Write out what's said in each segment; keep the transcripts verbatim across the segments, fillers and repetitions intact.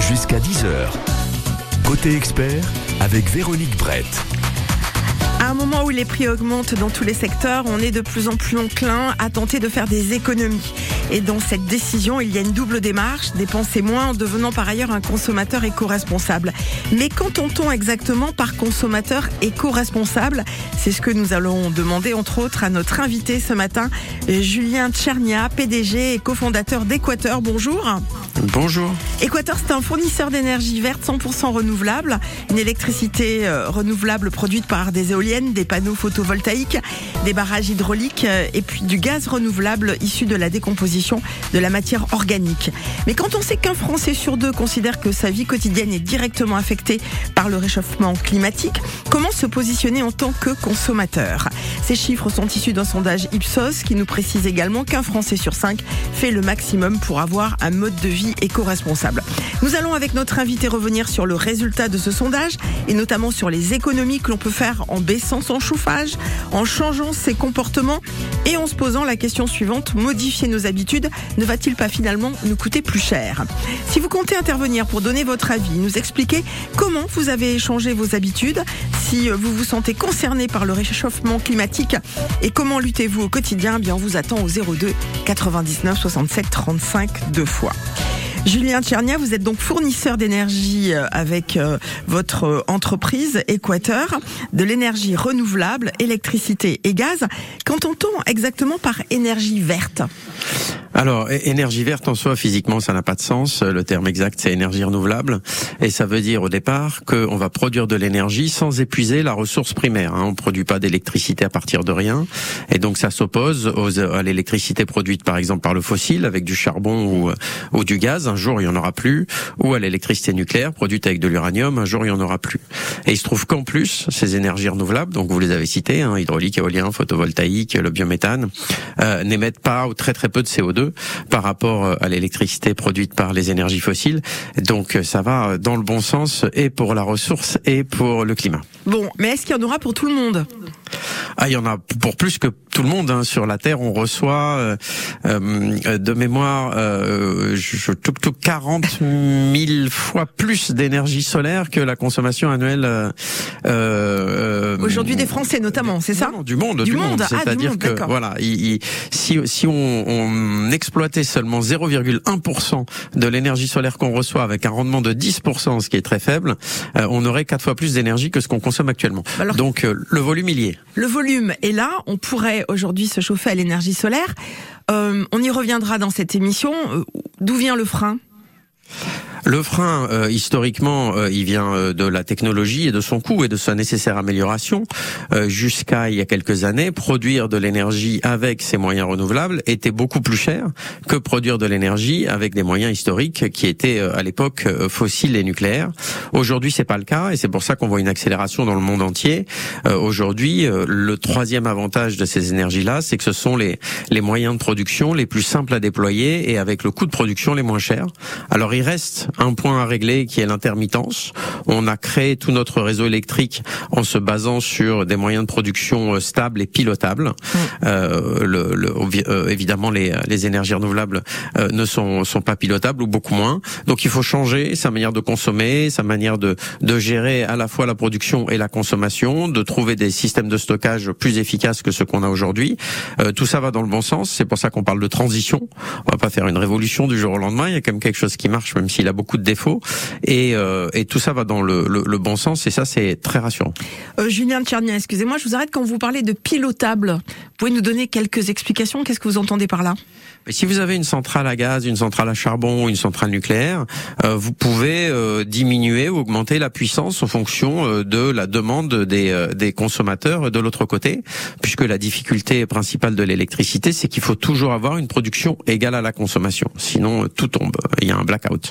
Jusqu'à dix heures. Côté expert, avec Véronique Brett. À un moment où les prix augmentent dans tous les secteurs, on est de plus en plus enclin à tenter de faire des économies. Et dans cette décision, il y a une double démarche, dépenser moins en devenant par ailleurs un consommateur éco-responsable. Mais qu'entend-on exactement par consommateur éco-responsable ? C'est ce que nous allons demander entre autres à notre invité ce matin, Julien Tchernia, P D G et cofondateur d'Équateur. Bonjour. Bonjour. Équateur, c'est un fournisseur d'énergie verte cent pour cent renouvelable, une électricité euh, renouvelable produite par des éoliennes, des panneaux photovoltaïques, des barrages hydrauliques euh, et puis du gaz renouvelable issu de la décomposition de la matière organique. Mais quand on sait qu'un Français sur deux considère que sa vie quotidienne est directement affectée par le réchauffement climatique, comment se positionner en tant que consommateur ? Ces chiffres sont issus d'un sondage Ipsos qui nous précise également qu'un Français sur cinq fait le maximum pour avoir un mode de vie éco-responsable. Nous allons avec notre invité revenir sur le résultat de ce sondage et notamment sur les économies que l'on peut faire en baissant son chauffage, en changeant ses comportements et en se posant la question suivante, modifier nos habitudes ne va-t-il pas finalement nous coûter plus cher ? Si vous comptez intervenir pour donner votre avis, nous expliquer comment vous avez changé vos habitudes, si vous vous sentez concerné par le réchauffement climatique et comment luttez-vous au quotidien, eh bien on vous attend au zéro deux quatre-vingt-dix-neuf soixante-sept trente-cinq deux fois. Julien Tchernia, vous êtes donc fournisseur d'énergie avec euh, votre entreprise Équateur, de l'énergie renouvelable, électricité et gaz. Qu'entend-on exactement par énergie verte ? Alors, énergie verte en soi, physiquement, ça n'a pas de sens. Le terme exact, c'est énergie renouvelable. Et ça veut dire au départ qu'on va produire de l'énergie sans épuiser la ressource primaire. Hein. On ne produit pas d'électricité à partir de rien. Et donc, ça s'oppose aux, à l'électricité produite, par exemple, par le fossile, avec du charbon ou, ou du gaz. Un jour, il n'y en aura plus. Ou à l'électricité nucléaire, produite avec de l'uranium. Un jour, il n'y en aura plus. Et il se trouve qu'en plus, ces énergies renouvelables, donc vous les avez citées, hein, hydraulique, éolien, photovoltaïque, le biométhane, euh, n'émettent pas ou très très peu de C O deux par rapport à l'électricité produite par les énergies fossiles. Donc ça va dans le bon sens et pour la ressource et pour le climat. Bon, mais est-ce qu'il y en aura pour tout le monde ? Ah, il y en a pour plus que tout le monde. Hein. Sur la Terre, on reçoit euh, euh, de mémoire euh, je touc touc quarante mille fois plus d'énergie solaire que la consommation annuelle. Euh, euh, Aujourd'hui, des Français notamment, c'est ça ? Non, du monde, du, du monde. monde. Ah, C'est-à-dire monde, que d'accord. voilà, il, il, si si on, on exploitait seulement zéro virgule un pour cent de l'énergie solaire qu'on reçoit avec un rendement de dix pour cent, ce qui est très faible, euh, on aurait quatre fois plus d'énergie que ce qu'on consomme actuellement. Alors, donc euh, le volume il y est. Le volume est là. On pourrait aujourd'hui se chauffer à l'énergie solaire. Euh, on y reviendra dans cette émission. Euh, d'où vient le frein ? Le frein, euh, historiquement, euh, il vient euh, de la technologie et de son coût et de sa nécessaire amélioration. Euh, jusqu'à il y a quelques années, produire de l'énergie avec ces moyens renouvelables était beaucoup plus cher que produire de l'énergie avec des moyens historiques qui étaient euh, à l'époque euh, fossiles et nucléaires. Aujourd'hui, c'est pas le cas et c'est pour ça qu'on voit une accélération dans le monde entier. Euh, aujourd'hui, euh, le troisième avantage de ces énergies-là, c'est que ce sont les les moyens de production les plus simples à déployer et avec le coût de production les moins chers. Alors, il reste un point à régler qui est l'intermittence. On a créé tout notre réseau électrique en se basant sur des moyens de production stables et pilotables. Mmh. Euh, le, le, euh, évidemment, les, les énergies renouvelables euh, ne sont, sont pas pilotables ou beaucoup moins. Donc, il faut changer sa manière de consommer, sa manière de, de gérer à la fois la production et la consommation, de trouver des systèmes de stockage plus efficaces que ceux qu'on a aujourd'hui. Euh, tout ça va dans le bon sens. C'est pour ça qu'on parle de transition. On va pas faire une révolution du jour au lendemain. Il y a quand même quelque chose qui marche, même s'il a beaucoup de défauts, et, euh, et tout ça va dans le, le, le bon sens, et ça c'est très rassurant. Euh, Julien Tchernia, excusez-moi, je vous arrête quand vous parlez de pilotable. Vous pouvez nous donner quelques explications ? Qu'est-ce que vous entendez par là ? Mais si vous avez une centrale à gaz, une centrale à charbon, une centrale nucléaire, euh, vous pouvez euh, diminuer ou augmenter la puissance en fonction euh, de la demande des, euh, des consommateurs de l'autre côté, puisque la difficulté principale de l'électricité, c'est qu'il faut toujours avoir une production égale à la consommation. Sinon, euh, tout tombe. Il y a un blackout.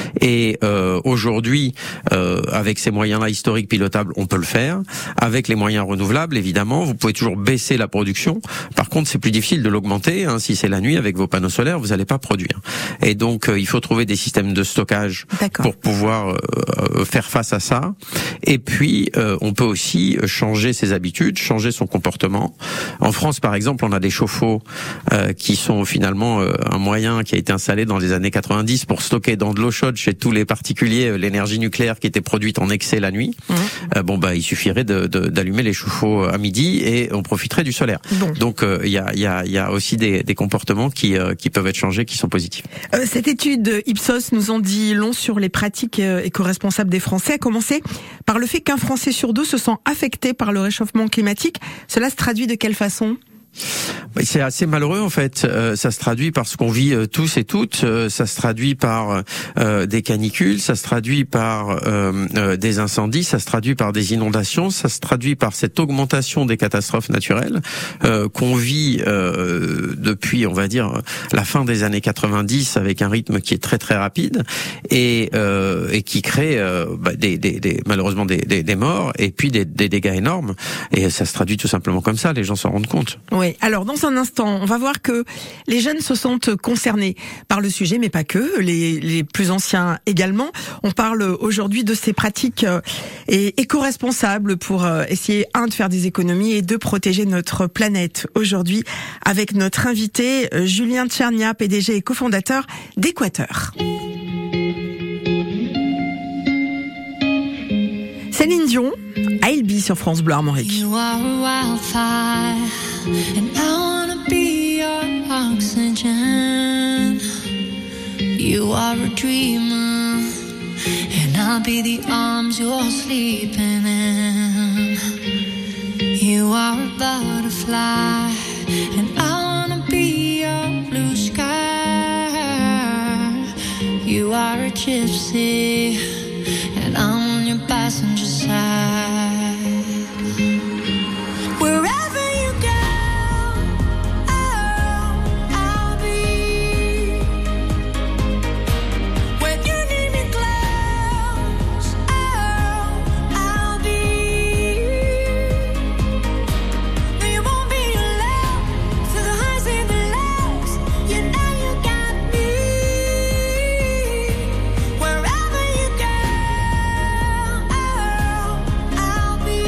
Et euh, aujourd'hui, euh, avec ces moyens-là historiques pilotables, on peut le faire. Avec les moyens renouvelables, évidemment, vous pouvez toujours baisser la production. Par contre, c'est plus difficile de l'augmenter. Hein, si c'est la nuit, avec vos panneaux solaires, vous n'allez pas produire. Et donc, euh, il faut trouver des systèmes de stockage D'accord. pour pouvoir euh, faire face à ça. Et puis, euh, on peut aussi changer ses habitudes, changer son comportement. En France, par exemple, on a des chauffe-eau euh, qui sont finalement euh, un moyen qui a été installé dans les années quatre-vingt-dix pour stocker dans de l'eau chaude chez tous les particuliers l'énergie nucléaire qui était produite en excès la nuit, mmh. euh, bon bah il suffirait de, de, d'allumer les chauffe-eau à midi et on profiterait du solaire. Bon. Donc il euh, y a il y a il y a aussi des, des comportements qui euh, qui peuvent être changés, qui sont positifs. Euh, cette étude Ipsos nous en dit long sur les pratiques euh, éco-responsables des Français, à commencer par le fait qu'un Français sur deux se sent affecté par le réchauffement climatique. Cela se traduit de quelle façon ? C'est assez malheureux en fait. Euh, ça se traduit par ce qu'on vit euh, tous et toutes. Euh, ça se traduit par euh, des canicules, ça se traduit par euh, euh, des incendies, ça se traduit par des inondations, ça se traduit par cette augmentation des catastrophes naturelles euh, qu'on vit euh, depuis, on va dire, la fin des années quatre-vingt-dix avec un rythme qui est très très rapide et, euh, et qui crée euh, bah, des, des, des, malheureusement des, des, des morts et puis des, des dégâts énormes. Et ça se traduit tout simplement comme ça. Les gens s'en rendent compte. Oui, alors dans un instant, on va voir que les jeunes se sentent concernés par le sujet, mais pas que, les, les plus anciens également. On parle aujourd'hui de ces pratiques euh, et éco-responsables pour euh, essayer, un, de faire des économies et deux, protéger notre planète. Aujourd'hui, avec notre invité, euh, Julien Tchernia, P D G et cofondateur d'Équateur. Céline Dion, I'll Be sur France Bleu Armorique. You are a wildfire, and I wanna be your oxygen. You are a dreamer, and I'll be the arms you're sleeping in. You are a butterfly, and I wanna be your blue sky. You are a gypsy, and I'm on your passenger side. Wherever you go, oh, I'll be. When you need me close, oh, I'll be. No, you won't be alone. Through the highs and the lows, you know you got me. Wherever you go, oh, I'll be.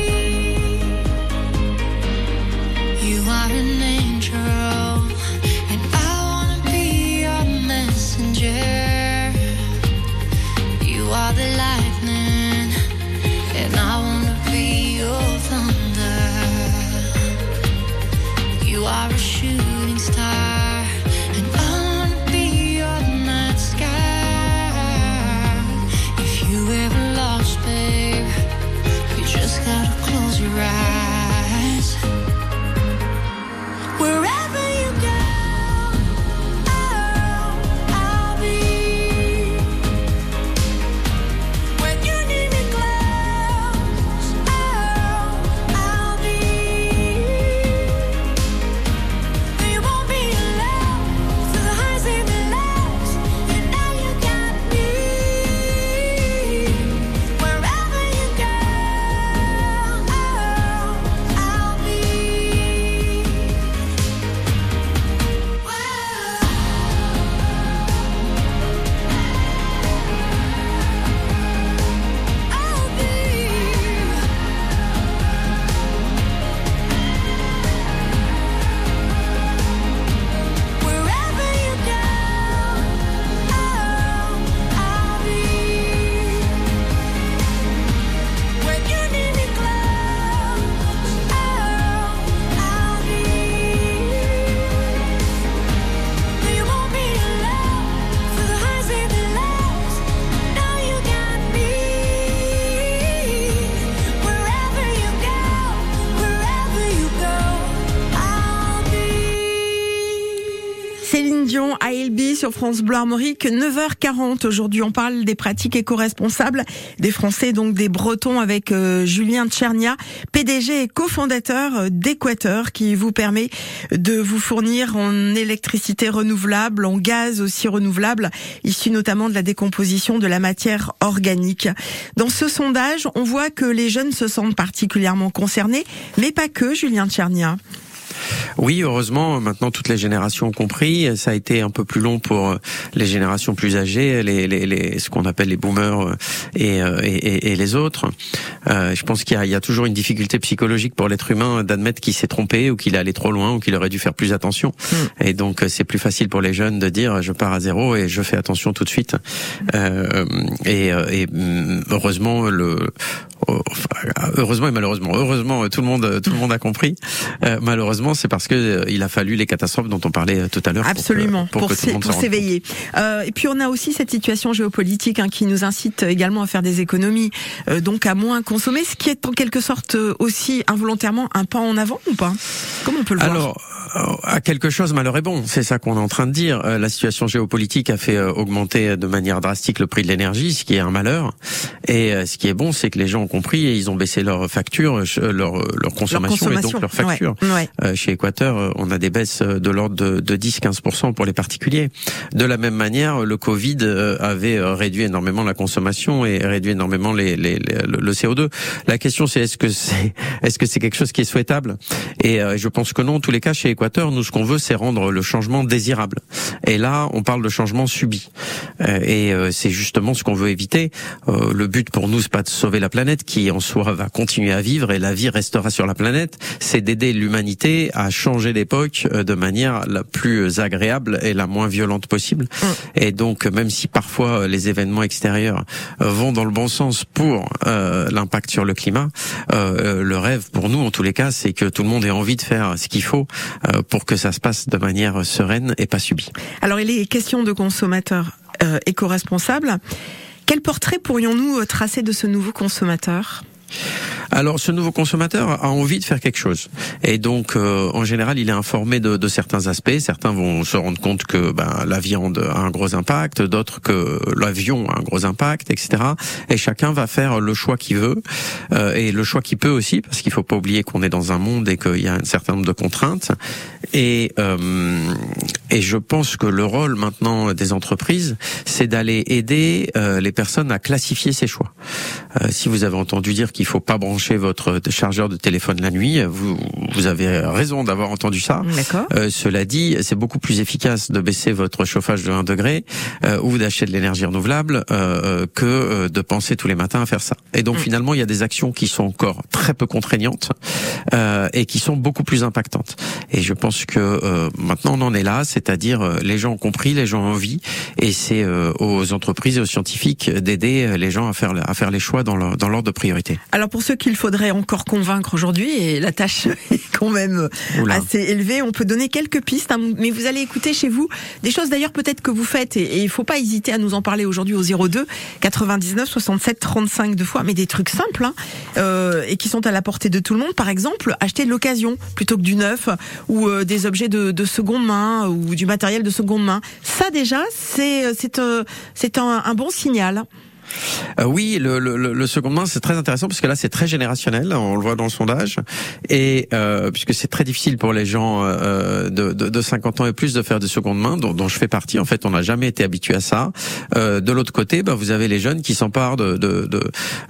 You are an angel, and I wanna be your messenger. You are the lightning, and I wanna be your thunder. You are a shooting star, and I wanna be your night sky. If you ever lost, babe, you just gotta close your eyes. Wherever you go, oh, I'll be. When you need me close, oh, I'll be. No, you won't be alone. Through the highs and the lows, you know you got me. Wherever you go, oh, I'll be. I'll be. Wherever you go, oh, I'll be. When you need me close, oh, I'll be. No, you won't be alone. Through the highs and the lows, know you got me. Wherever you go, wherever you go, I'll be. Céline Dion, I'll Be sur France Bleu Armorique, neuf heures quarante. Aujourd'hui, on parle des pratiques éco-responsables des Français, donc des Bretons, avec euh, Julien Tchernia, P D G et cofondateur euh, d'Équateur, qui vous permet de vous fournir en électricité renouvelable, en gaz aussi renouvelable, issu notamment de la décomposition de la matière organique. Dans ce sondage, on voit que les jeunes se sentent particulièrement concernés, mais pas que, Julien Tchernia. Oui, heureusement, maintenant toutes les générations ont compris. Ça a été un peu plus long pour les générations plus âgées, les, les, les ce qu'on appelle les boomers et, et, et les autres. Euh, je pense qu'il y a, il y a toujours une difficulté psychologique pour l'être humain d'admettre qu'il s'est trompé ou qu'il est allé trop loin ou qu'il aurait dû faire plus attention. Mmh. Et donc c'est plus facile pour les jeunes de dire je pars à zéro et je fais attention tout de suite. Euh, et, et heureusement le heureusement et malheureusement heureusement tout le monde tout le monde a compris. Euh, malheureusement c'est parce que euh, il a fallu les catastrophes dont on parlait tout à l'heure. Absolument, pour, que, pour, pour, que tout le monde pour s'éveiller. Euh, et puis on a aussi cette situation géopolitique hein, qui nous incite également à faire des économies, euh, donc à moins consommer, ce qui est en quelque sorte aussi involontairement un pas en avant ou pas? Comment on peut le voir? Alors, à quelque chose, malheur est bon. C'est ça qu'on est en train de dire. Euh, la situation géopolitique a fait euh, augmenter de manière drastique le prix de l'énergie, ce qui est un malheur. Et euh, ce qui est bon, c'est que les gens ont compris et ils ont baissé leurs factures, euh, leur, leur consommation, leur consommation et donc leurs factures. Ouais, ouais. Euh, chez Équateur, euh, on a des baisses de l'ordre de, de dix à quinze pour cent pour les particuliers. De la même manière, le Covid euh, avait réduit énormément la consommation et réduit énormément les, les, les, le C O deux. La question, c'est est-ce que c'est est-ce que c'est quelque chose qui est souhaitable? Et euh, je pense que non. En tous les cas, chez Équateur, nous, ce qu'on veut, c'est rendre le changement désirable. Et là, on parle de changement subi. Euh, et euh, c'est justement ce qu'on veut éviter. Euh, le but pour nous, c'est pas de sauver la planète, qui en soi va continuer à vivre et la vie restera sur la planète. C'est d'aider l'humanité à changer d'époque euh, de manière la plus agréable et la moins violente possible. Mmh. Et donc, même si parfois les événements extérieurs euh, vont dans le bon sens pour euh, l'impact sur le climat, euh, le rêve pour nous, en tous les cas, c'est que tout le monde ait envie de faire ce qu'il faut euh, pour que ça se passe de manière sereine et pas subie. Alors, il est question de consommateurs euh, éco-responsables. Quel portrait pourrions-nous tracer de ce nouveau consommateur ? Alors, ce nouveau consommateur a envie de faire quelque chose, et donc euh, en général, il est informé de, de certains aspects. Certains vont se rendre compte que ben, la viande a un gros impact, d'autres que l'avion a un gros impact, et cetera. Et chacun va faire le choix qu'il veut euh, et le choix qu'il peut aussi, parce qu'il faut pas oublier qu'on est dans un monde et qu'il y a un certain nombre de contraintes. Et euh, et je pense que le rôle maintenant des entreprises, c'est d'aller aider euh, les personnes à classifier ces choix. Euh, si vous avez entendu dire qu'il faut pas brancher votre chargeur de téléphone la nuit, vous, vous avez raison d'avoir entendu ça. D'accord. Euh, cela dit, c'est beaucoup plus efficace de baisser votre chauffage de un degré euh, ou d'acheter de l'énergie renouvelable euh, que euh, de penser tous les matins à faire ça. Et donc mmh. finalement, il y a des actions qui sont encore très peu contraignantes euh, et qui sont beaucoup plus impactantes. Et je pense que euh, maintenant on en est là, c'est-à-dire euh, les gens ont compris, les gens ont envie, et c'est euh, aux entreprises et aux scientifiques d'aider les gens à faire à faire les choix dans leur, dans l'ordre de priorité. Alors pour ceux qu'il faudrait encore convaincre aujourd'hui, et la tâche est quand même Oula. assez élevée, on peut donner quelques pistes, hein, mais vous allez écouter chez vous des choses d'ailleurs peut-être que vous faites, et il faut pas hésiter à nous en parler aujourd'hui au zéro deux quatre-vingt-dix-neuf soixante-sept trente-cinq deux fois, mais des trucs simples hein, euh, et qui sont à la portée de tout le monde. Par exemple, acheter de l'occasion plutôt que du neuf, ou euh, des objets de, de seconde main, ou du matériel de seconde main. Ça déjà, c'est c'est euh, c'est un, un bon signal. Euh, oui, le, le, le second main, c'est très intéressant parce que là, c'est très générationnel, on le voit dans le sondage, et euh, puisque c'est très difficile pour les gens euh, de, de, de cinquante ans et plus de faire des secondes mains, dont, dont je fais partie. En fait, on n'a jamais été habitué à ça. Euh, de l'autre côté, bah, vous avez les jeunes qui s'emparent de, de, de,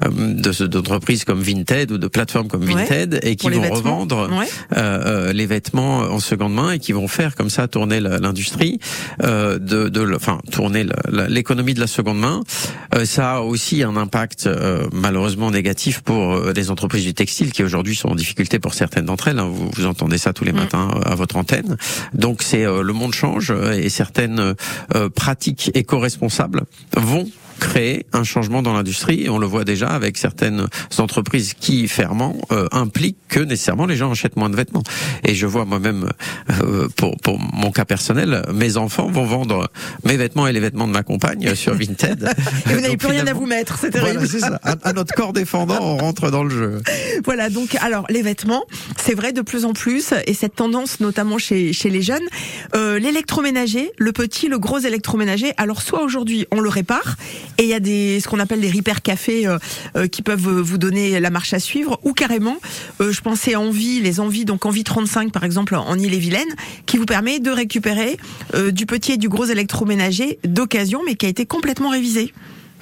de, d'entreprises comme Vinted ou de plateformes comme Vinted, ouais, et qui vont vêtements. revendre ouais. euh, les vêtements en seconde main et qui vont faire comme ça tourner l'industrie, euh, de, de, enfin tourner l'économie de la seconde main. Euh, ça a aussi un impact euh, malheureusement négatif pour euh, les entreprises du textile qui aujourd'hui sont en difficulté pour certaines d'entre elles. Hein. Vous, vous entendez ça tous les matins mmh. à votre antenne. Donc c'est euh, le monde change et certaines euh, pratiques éco-responsables vont créer un changement dans l'industrie, et on le voit déjà avec certaines entreprises qui ferment euh, impliquent que nécessairement les gens achètent moins de vêtements. Et je vois moi-même euh, pour pour mon cas personnel, mes enfants vont vendre mes vêtements et les vêtements de ma compagne sur Vinted. Et vous n'avez plus rien à vous mettre, c'est terrible. Voilà, c'est ça. À, à notre corps défendant, on rentre dans le jeu. Voilà, donc alors les vêtements, c'est vrai de plus en plus, et cette tendance notamment chez chez les jeunes, euh, l'électroménager, le petit, le gros électroménager. Alors soit aujourd'hui on le répare, et il y a des ce qu'on appelle des repair cafés euh, euh, qui peuvent vous donner la marche à suivre, ou carrément, euh, je pensais à Envie, les Envies, donc Envie trente-cinq par exemple en Ille-et-Vilaine, qui vous permet de récupérer euh, du petit et du gros électroménager d'occasion, mais qui a été complètement révisé.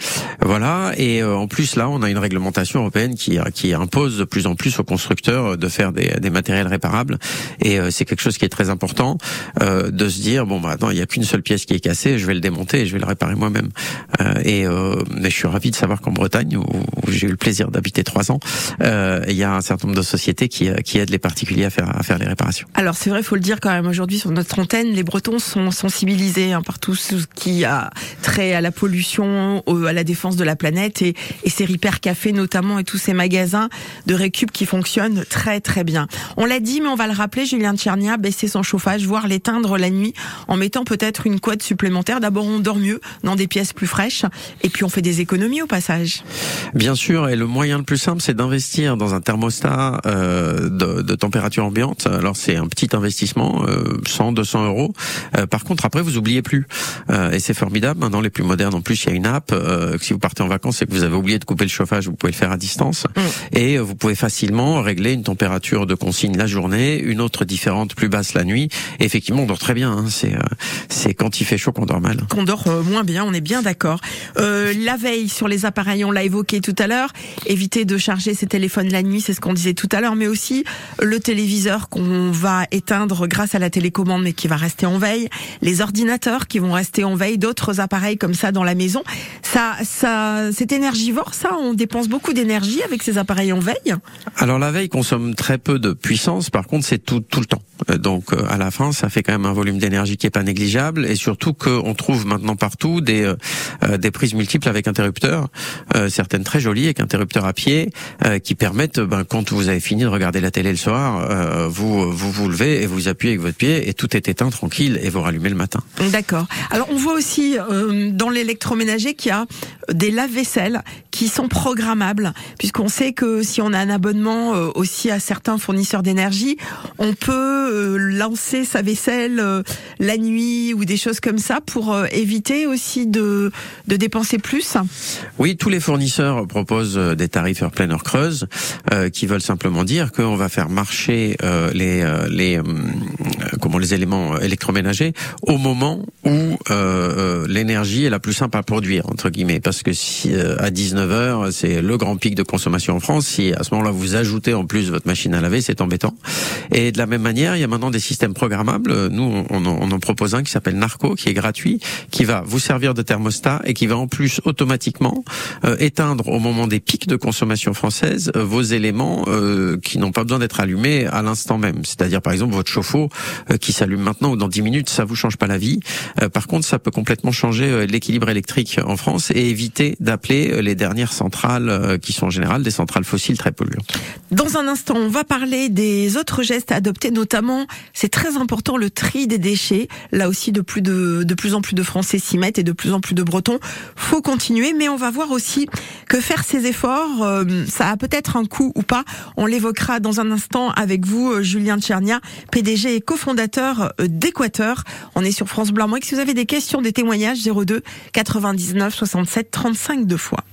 Voilà, et euh, en plus là, on a une réglementation européenne qui qui impose de plus en plus aux constructeurs de faire des, des matériels réparables, et euh, c'est quelque chose qui est très important euh, de se dire bon bah attends, il y a qu'une seule pièce qui est cassée, je vais le démonter et je vais le réparer moi-même. Euh, et euh, mais je suis ravi de savoir qu'en Bretagne, où, où j'ai eu le plaisir d'habiter trois ans, euh, il y a un certain nombre de sociétés qui qui aident les particuliers à faire à faire les réparations. Alors c'est vrai, faut le dire quand même, aujourd'hui sur notre antenne, les Bretons sont sensibilisés hein, par tout ce qui a trait à la pollution, au, à la défense de la planète, et, et ces Repair Café notamment, et tous ces magasins de récup qui fonctionnent très très bien. On l'a dit, mais on va le rappeler, Julien Tchernia, baisser son chauffage, voire l'éteindre la nuit en mettant peut-être une couette supplémentaire. D'abord on dort mieux dans des pièces plus fraîches, et puis on fait des économies au passage. Bien sûr, et le moyen le plus simple, c'est d'investir dans un thermostat euh, de, de température ambiante. Alors c'est un petit investissement, euh, cent, deux cents euros. Euh, par contre, après, vous oubliez plus. Euh, et c'est formidable. Maintenant, les plus modernes, en plus, il y a une app. Euh, que si vous partez en vacances et que vous avez oublié de couper le chauffage, vous pouvez le faire à distance. Mmh. Et vous pouvez facilement régler une température de consigne la journée, une autre différente, plus basse la nuit. Et effectivement, on dort très bien. Hein. C'est, euh, c'est quand il fait chaud qu'on dort mal. Qu'on dort euh, moins bien, on est bien d'accord. Euh, la veille sur les appareils, on l'a évoqué tout à l'heure. Éviter de charger ses téléphones la nuit, c'est ce qu'on disait tout à l'heure. Mais aussi le téléviseur qu'on va éteindre grâce à la télécommande, mais qui va rester en veille. Les ordinateurs qui vont rester en veille, d'autres appareils comme ça dans la maison. Ça, ça, c'est énergivore, ça. On dépense beaucoup d'énergie avec ces appareils en veille. Alors la veille consomme très peu de puissance. Par contre, c'est tout tout le temps. Donc à la fin, ça fait quand même un volume d'énergie qui est pas négligeable, et surtout qu'on trouve maintenant partout des euh, des prises multiples avec interrupteurs, euh, certaines très jolies avec interrupteurs à pied, euh, qui permettent, ben, quand vous avez fini de regarder la télé le soir, euh, vous vous vous levez et vous appuyez avec votre pied et tout est éteint tranquille et vous rallumez le matin. D'accord. Alors on voit aussi euh, dans l'électroménager qu'il y a des lave-vaisselle qui sont programmables, puisqu'on sait que si on a un abonnement euh, aussi à certains fournisseurs d'énergie, on peut euh, lancer sa vaisselle euh, la nuit ou des choses comme ça pour euh, éviter aussi de de dépenser plus. Oui, tous les fournisseurs proposent des tarifs heure pleine heure creuse, euh, qui veulent simplement dire qu'on va faire marcher euh, les euh, les euh, comment les éléments électroménagers au moment où euh, l'énergie est la plus simple à produire entre guillemets, parce que si euh, à dix-neuf heures c'est le grand pic de consommation en France, si à ce moment-là vous ajoutez en plus votre machine à laver, c'est embêtant. Et de la même manière, il y a maintenant des systèmes programmables. Nous, on, on, en, on en propose un qui s'appelle Narco, qui est gratuit, qui va vous servir de thermostat et qui va en plus automatiquement euh, éteindre au moment des pics de consommation française euh, vos éléments euh, qui n'ont pas besoin d'être allumés à l'instant même. C'est-à-dire par exemple votre chauffe-eau euh, qui s'allume maintenant ou dans dix minutes, ça vous change pas la vie. Euh, par contre, ça peut complètement changer euh, l'équilibre électrique en France et éviter d'appeler les dernières centrales euh, qui sont en général des centrales fossiles très polluantes. Dans un instant, on va parler des autres gestes à adopter, notamment, c'est très important, le tri des déchets. Là aussi, de plus de, de plus en plus de Français s'y mettent et de plus en plus de Bretons. Faut continuer, mais on va voir aussi que faire ces efforts, euh, ça a peut-être un coût ou pas. On l'évoquera dans un instant avec vous, Julien Tchernia, P D G et cofondateur d'Équateur. On est sur France Bleu Armorique. Si vous avez des questions, des témoignages, zéro deux quatre-vingt-dix-neuf soixante-sept trente-cinq deux fois.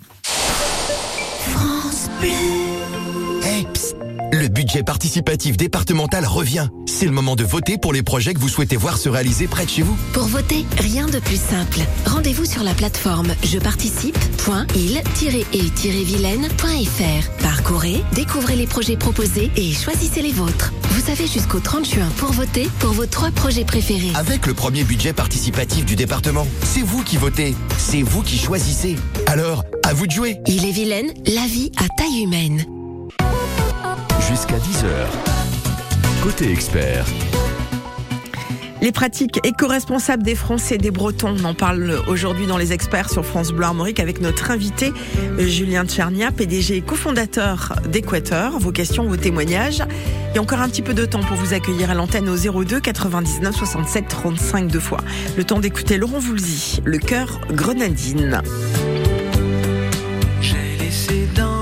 France Bleu. Hey, psst, le budget participatif départemental revient. C'est le moment de voter pour les projets que vous souhaitez voir se réaliser près de chez vous. Pour voter, rien de plus simple. Rendez-vous sur la plateforme je participe point il tiret et tiret vilaine point f r. Parcourez, découvrez les projets proposés et choisissez les vôtres. Vous avez jusqu'au trente juin pour voter pour vos trois projets préférés. Avec le premier budget participatif du département, c'est vous qui votez, c'est vous qui choisissez. Alors, à vous de jouer. Ille-et-Vilaine, la vie à taille humaine. Jusqu'à dix heures. Côté expert. Les pratiques éco-responsables des Français et des Bretons, on en parle aujourd'hui dans les experts sur France Bleu Armorique avec notre invité Julien Tchernia, P D G et cofondateur d'Équateur. Vos questions, vos témoignages. Il y a encore un petit peu de temps pour vous accueillir à l'antenne au zéro deux quatre-vingt-dix-neuf soixante-sept trente-cinq deux fois. Le temps d'écouter Laurent Voulzy, Le cœur grenadine. J'ai laissé dans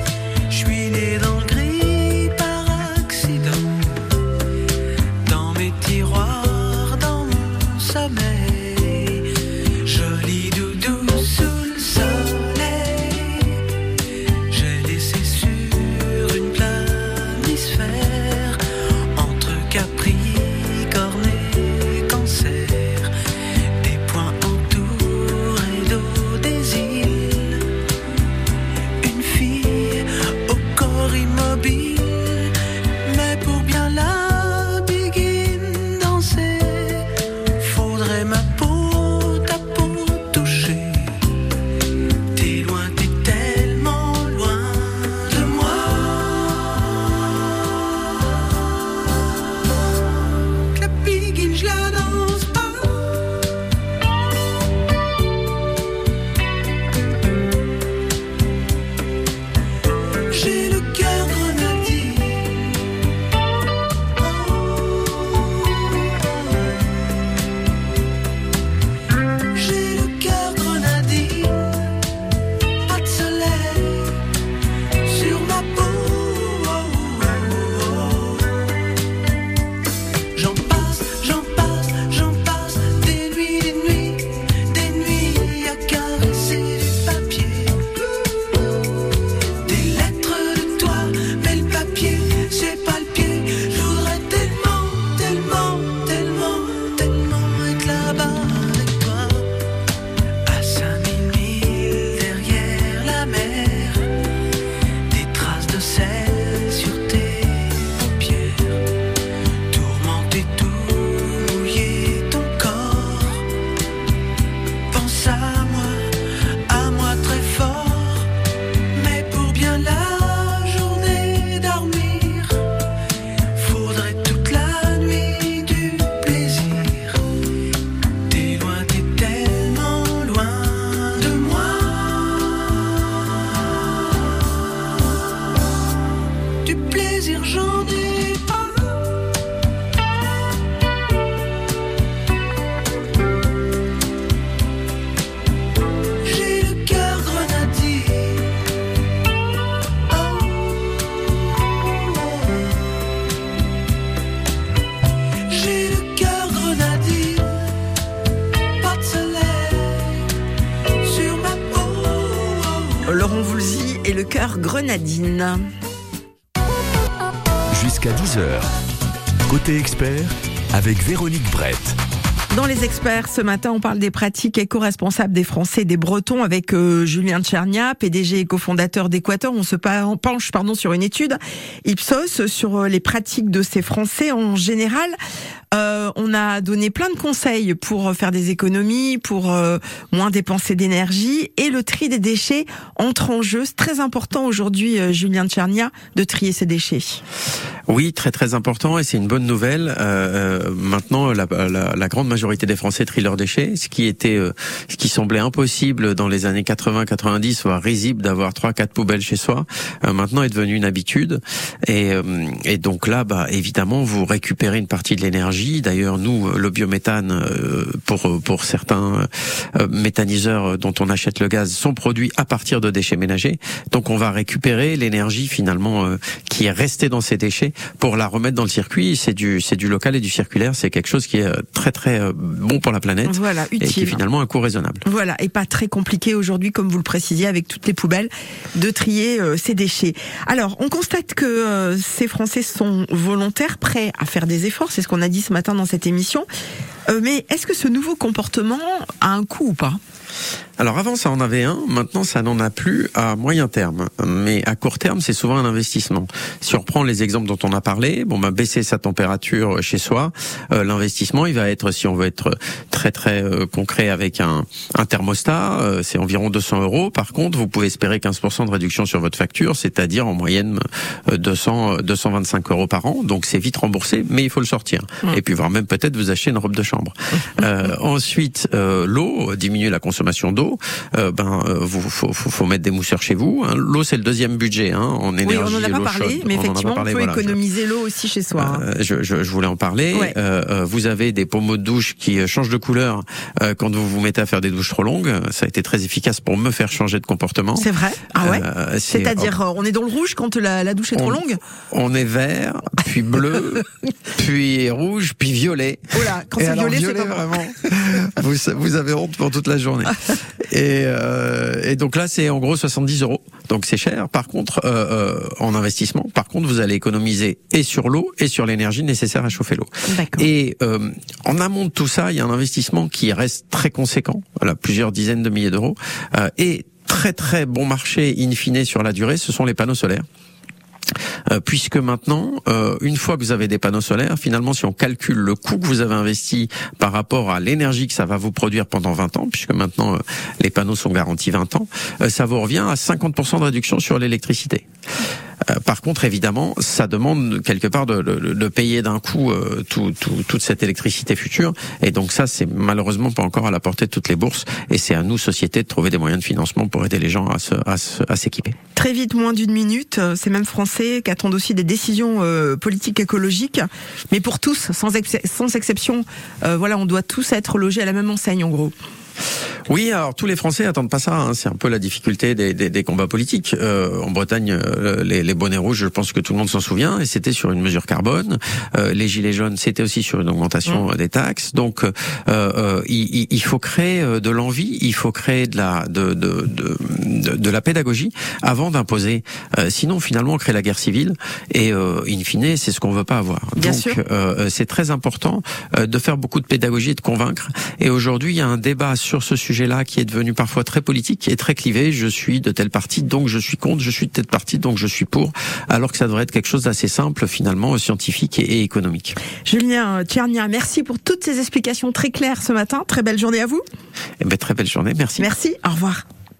Dans mes sommeil. Joli doudou sous le soleil. J'ai laissé sur une planisphère entre Capricorne et Cancer des points entourés d'eau des îles. Une fille au corps immobile, mais pour bien la begin danser, faudrait ma peau, ta peau toucher. T'es loin, t'es tellement loin de moi, que la begin je la danse pas. J'ai le cœur grenadine. J'ai le cœur grenadine. Pas de soleil sur ma peau. J'en passe, j'en passe, j'en passe des nuits, des nuits, des nuits à caresser du papier. Des lettres de toi, mais le papier, c'est pas le pied. Je voudrais tellement, tellement, tellement, tellement être là-bas avec toi. À cinq mille milles derrière la mer, des traces de sel sur tes paupières. Tourmenter tout, mouiller ton corps. Pense à moi, à moi très fort. Mais pour bien la journée dormir, faudrait toute la nuit du plaisir. T'es loin, t'es tellement loin de moi. Du plaisir j'en ai pas. J'ai le cœur grenadine. J'ai le cœur grenadine. Pas de soleil sur ma peau. Laurent Voulzy et le cœur grenadine. Jusqu'à dix heures. Côté expert, avec Véronique Brett. Dans les experts, ce matin, on parle des pratiques éco-responsables des Français et des Bretons avec euh, Julien Tchernia, P D G et cofondateur d'Équateur. On se pa- penche pardon, sur une étude Ipsos sur euh, les pratiques de ces Français en général. Euh, on a donné plein de conseils pour faire des économies, pour euh, moins dépenser d'énergie, et le tri des déchets entre en jeu. C'est très important aujourd'hui, euh, Julien Tchernia, de trier ses déchets. Oui, très très important, et c'est une bonne nouvelle. Euh, maintenant, la, la, la grande majorité des Français trient leurs déchets, ce qui était, euh, ce qui semblait impossible dans les années quatre-vingts quatre-vingt-dix, voire risible d'avoir trois quatre poubelles chez soi. Euh, maintenant, est devenu une habitude, et, euh, et donc là, bah évidemment, vous récupérez une partie de l'énergie. D'ailleurs, nous, le biométhane, euh, pour pour certains euh, méthaniseurs dont on achète le gaz, sont produits à partir de déchets ménagers. Donc, on va récupérer l'énergie finalement euh, qui est restée dans ces déchets pour la remettre dans le circuit. C'est du c'est du local et du circulaire. C'est quelque chose qui est très très bon pour la planète. Voilà, utile. Et qui est finalement un coût raisonnable. Voilà, et pas très compliqué aujourd'hui, comme vous le précisiez, avec toutes les poubelles, de trier euh, ces déchets. Alors, on constate que euh, ces Français sont volontaires, prêts à faire des efforts. C'est ce qu'on a dit ce matin dans cette émission. Euh, mais est-ce que ce nouveau comportement a un coût ou pas ? Alors avant ça en avait un, maintenant ça n'en a plus à moyen terme, mais à court terme c'est souvent un investissement. Si on reprend les exemples dont on a parlé, bon bah baisser sa température chez soi, euh, l'investissement il va être, si on veut être très très euh, concret avec un, un thermostat, euh, c'est environ deux cents euros. Par contre vous pouvez espérer quinze pour cent de réduction sur votre facture, c'est-à-dire en moyenne euh, deux cents, deux cent vingt-cinq euros par an, donc c'est vite remboursé, mais il faut le sortir. Mmh. Et puis voire même peut-être vous acheter une robe de chambre. Mmh. Euh, ensuite euh, l'eau, diminuer la consommation d'eau. d'eau, euh, ben euh, vous faut, faut, faut mettre des mousseurs chez vous. Hein. L'eau c'est le deuxième budget hein, en énergie. Oui, on en a pas parlé, chaude. mais on effectivement, parlé, on peut voilà, économiser je, l'eau aussi chez soi. Euh, je, je, je voulais en parler. Ouais. Euh, vous avez des pommeaux de douche qui changent de couleur euh, quand vous vous mettez à faire des douches trop longues. Ça a été très efficace pour me faire changer de comportement. C'est vrai. Ah ouais. Euh, c'est, C'est-à-dire, on est dans le rouge quand la, la douche est trop on, longue. On est vert, puis bleu, puis rouge, puis violet. Oh là, quand Et c'est alors, violet, violet, c'est pas bon. vraiment. vous, vous avez honte pour toute la journée. Et, euh, et donc là, c'est en gros soixante-dix euros. Donc c'est cher. Par contre, euh, euh, en investissement, par contre, vous allez économiser et sur l'eau et sur l'énergie nécessaire à chauffer l'eau. D'accord. Et euh, en amont de tout ça, il y a un investissement qui reste très conséquent, voilà, plusieurs dizaines de milliers d'euros, euh, et très très bon marché in fine sur la durée, ce sont les panneaux solaires. Euh, puisque maintenant, euh, une fois que vous avez des panneaux solaires, finalement, si on calcule le coût que vous avez investi par rapport à l'énergie que ça va vous produire pendant vingt ans, puisque maintenant euh, les panneaux sont garantis vingt ans, euh, ça vous revient à cinquante pour cent de réduction sur l'électricité. Euh, par contre, évidemment, ça demande quelque part de, de, de payer d'un coup euh, tout, tout, toute cette électricité future, et donc ça, c'est malheureusement pas encore à la portée de toutes les bourses, et c'est à nous, société, de trouver des moyens de financement pour aider les gens à, se, à, se, à s'équiper. Très vite, moins d'une minute, ces mêmes Français qui attendent aussi des décisions euh, politiques écologiques, mais pour tous, sans, ex- sans exception, euh, voilà, on doit tous être logés à la même enseigne, en gros. Oui, alors tous les Français attendent pas ça. Hein. C'est un peu la difficulté des, des, des combats politiques. Euh, en Bretagne, euh, les, les bonnets rouges, je pense que tout le monde s'en souvient, et c'était sur une mesure carbone. Euh, les gilets jaunes, c'était aussi sur une augmentation mmh. des taxes. Donc, euh, euh, il, il faut créer de l'envie, il faut créer de la de de de, de, de la pédagogie avant d'imposer. Euh, sinon, finalement, on crée la guerre civile, et euh, in fine, c'est ce qu'on veut pas avoir. Bien Donc, sûr. Euh, c'est très important euh, de faire beaucoup de pédagogie et de convaincre. Et aujourd'hui, il y a un débat sur ce sujet-là qui est devenu parfois très politique et très clivé. Je suis de telle partie, donc je suis contre, je suis de telle partie, donc je suis pour, alors que ça devrait être quelque chose d'assez simple, finalement, scientifique et, et économique. Julien Tchernia, merci pour toutes ces explications très claires ce matin. Très belle journée à vous. Eh ben, très belle journée, merci. Merci, au revoir.